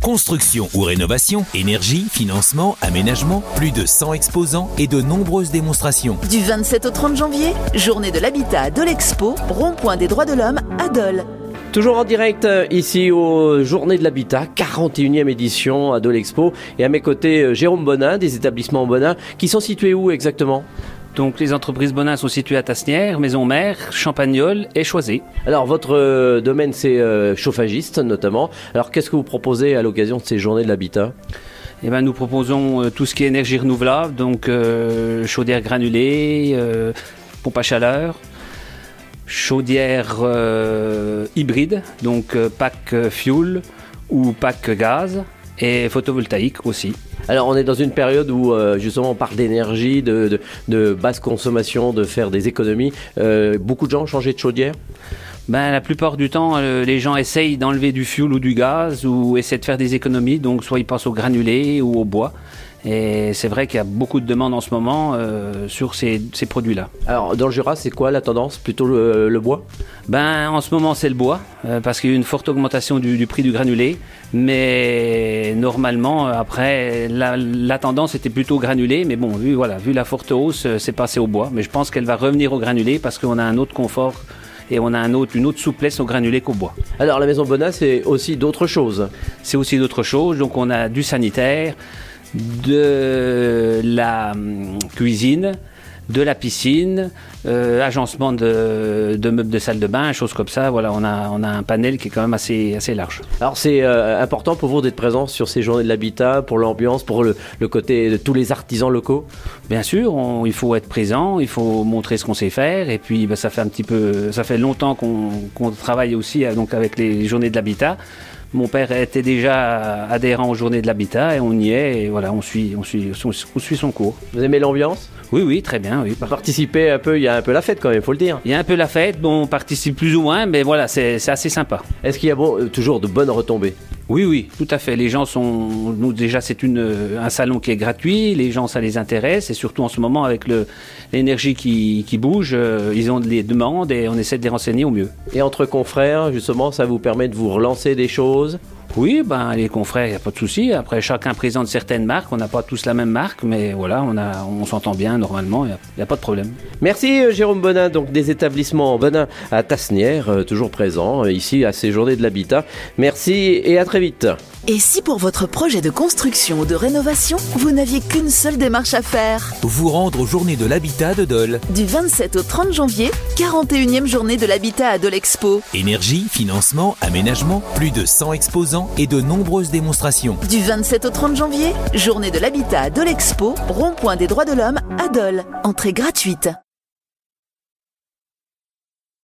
Construction ou rénovation, énergie, financement, aménagement, plus de 100 exposants et de nombreuses démonstrations. Du 27 au 30 janvier, journée de l'habitat à Dole Expo, rond-point des droits de l'homme à Dole. Toujours en direct ici aux Journées de l'Habitat, 41e édition à Dole Expo. Et à mes côtés, Jérôme Bonin, des établissements Bonin, qui sont situés où exactement ? Donc les entreprises Bonin sont situées à Tasnières, Maison Mère, Champagnole et Choisé. Alors votre domaine c'est chauffagiste notamment. Alors qu'est-ce que vous proposez à l'occasion de ces Journées de l'Habitat ? Eh ben, nous proposons tout ce qui est énergie renouvelable, donc chaudière granulée, pompe à chaleur, chaudière hybride, donc pack fuel ou pack gaz et photovoltaïque aussi. Alors on est dans une période où justement on parle d'énergie, de basse consommation, de faire des économies. Beaucoup de gens ont changé de chaudière ? Ben, la plupart du temps, les gens essayent d'enlever du fioul ou du gaz ou essaient de faire des économies, donc soit ils passent au granulé ou au bois. Et c'est vrai qu'il y a beaucoup de demandes en ce moment sur ces produits-là. Alors dans le Jura, c'est quoi la tendance ? Plutôt le bois ? Ben, en ce moment, c'est le bois, parce qu'il y a eu une forte augmentation du prix du granulé. Mais normalement, après, la tendance était plutôt granulé. Mais bon, vu la forte hausse, c'est passé au bois. Mais je pense qu'elle va revenir au granulé parce qu'on a un autre confort et on a une autre souplesse au granulé qu'au bois. Alors la Maison Bonin, c'est aussi d'autres choses ? C'est aussi d'autres choses. Donc on a du sanitaire, de la cuisine, de la piscine, agencement de meubles de salle de bain, choses comme ça. Voilà, on a un panel qui est quand même assez large. Alors c'est important pour vous d'être présent sur ces Journées de l'Habitat, pour l'ambiance, pour le côté de tous les artisans locaux ? Bien sûr, il faut être présent, il faut montrer ce qu'on sait faire. Et puis ça fait longtemps qu'on travaille aussi donc avec les Journées de l'Habitat. Mon père était déjà adhérent aux Journées de l'Habitat et on y est et voilà, on suit son cours. Vous aimez l'ambiance ? Oui, très bien. Oui. Participer un peu, il y a un peu la fête quand même, il faut le dire. Il y a un peu la fête, bon, on participe plus ou moins, mais voilà, c'est assez sympa. Est-ce qu'il y a toujours de bonnes retombées ? Oui, tout à fait. Les gens nous déjà c'est un salon qui est gratuit, les gens ça les intéresse et surtout en ce moment avec l'énergie qui bouge, ils ont des demandes et on essaie de les renseigner au mieux. Et entre confrères, justement, ça vous permet de vous relancer des choses ? Oui, les confrères, il n'y a pas de souci. Après, chacun présente certaines marques. On n'a pas tous la même marque, mais voilà, on s'entend bien normalement. Il n'y a pas de problème. Merci Jérôme Bonin, donc des établissements Bonin à Tasnières, toujours présents ici à ces Journées de l'Habitat. Merci et à très vite. Et si pour votre projet de construction ou de rénovation, vous n'aviez qu'une seule démarche à faire ? Vous rendre aux Journées de l'Habitat de Dole. Du 27 au 30 janvier, 41e journée de l'habitat à Dole Expo. Énergie, financement, aménagement, plus de 100 exposants et de nombreuses démonstrations. Du 27 au 30 janvier, journée de l'habitat à Dole Expo, rond-point des droits de l'homme à Dole. Entrée gratuite.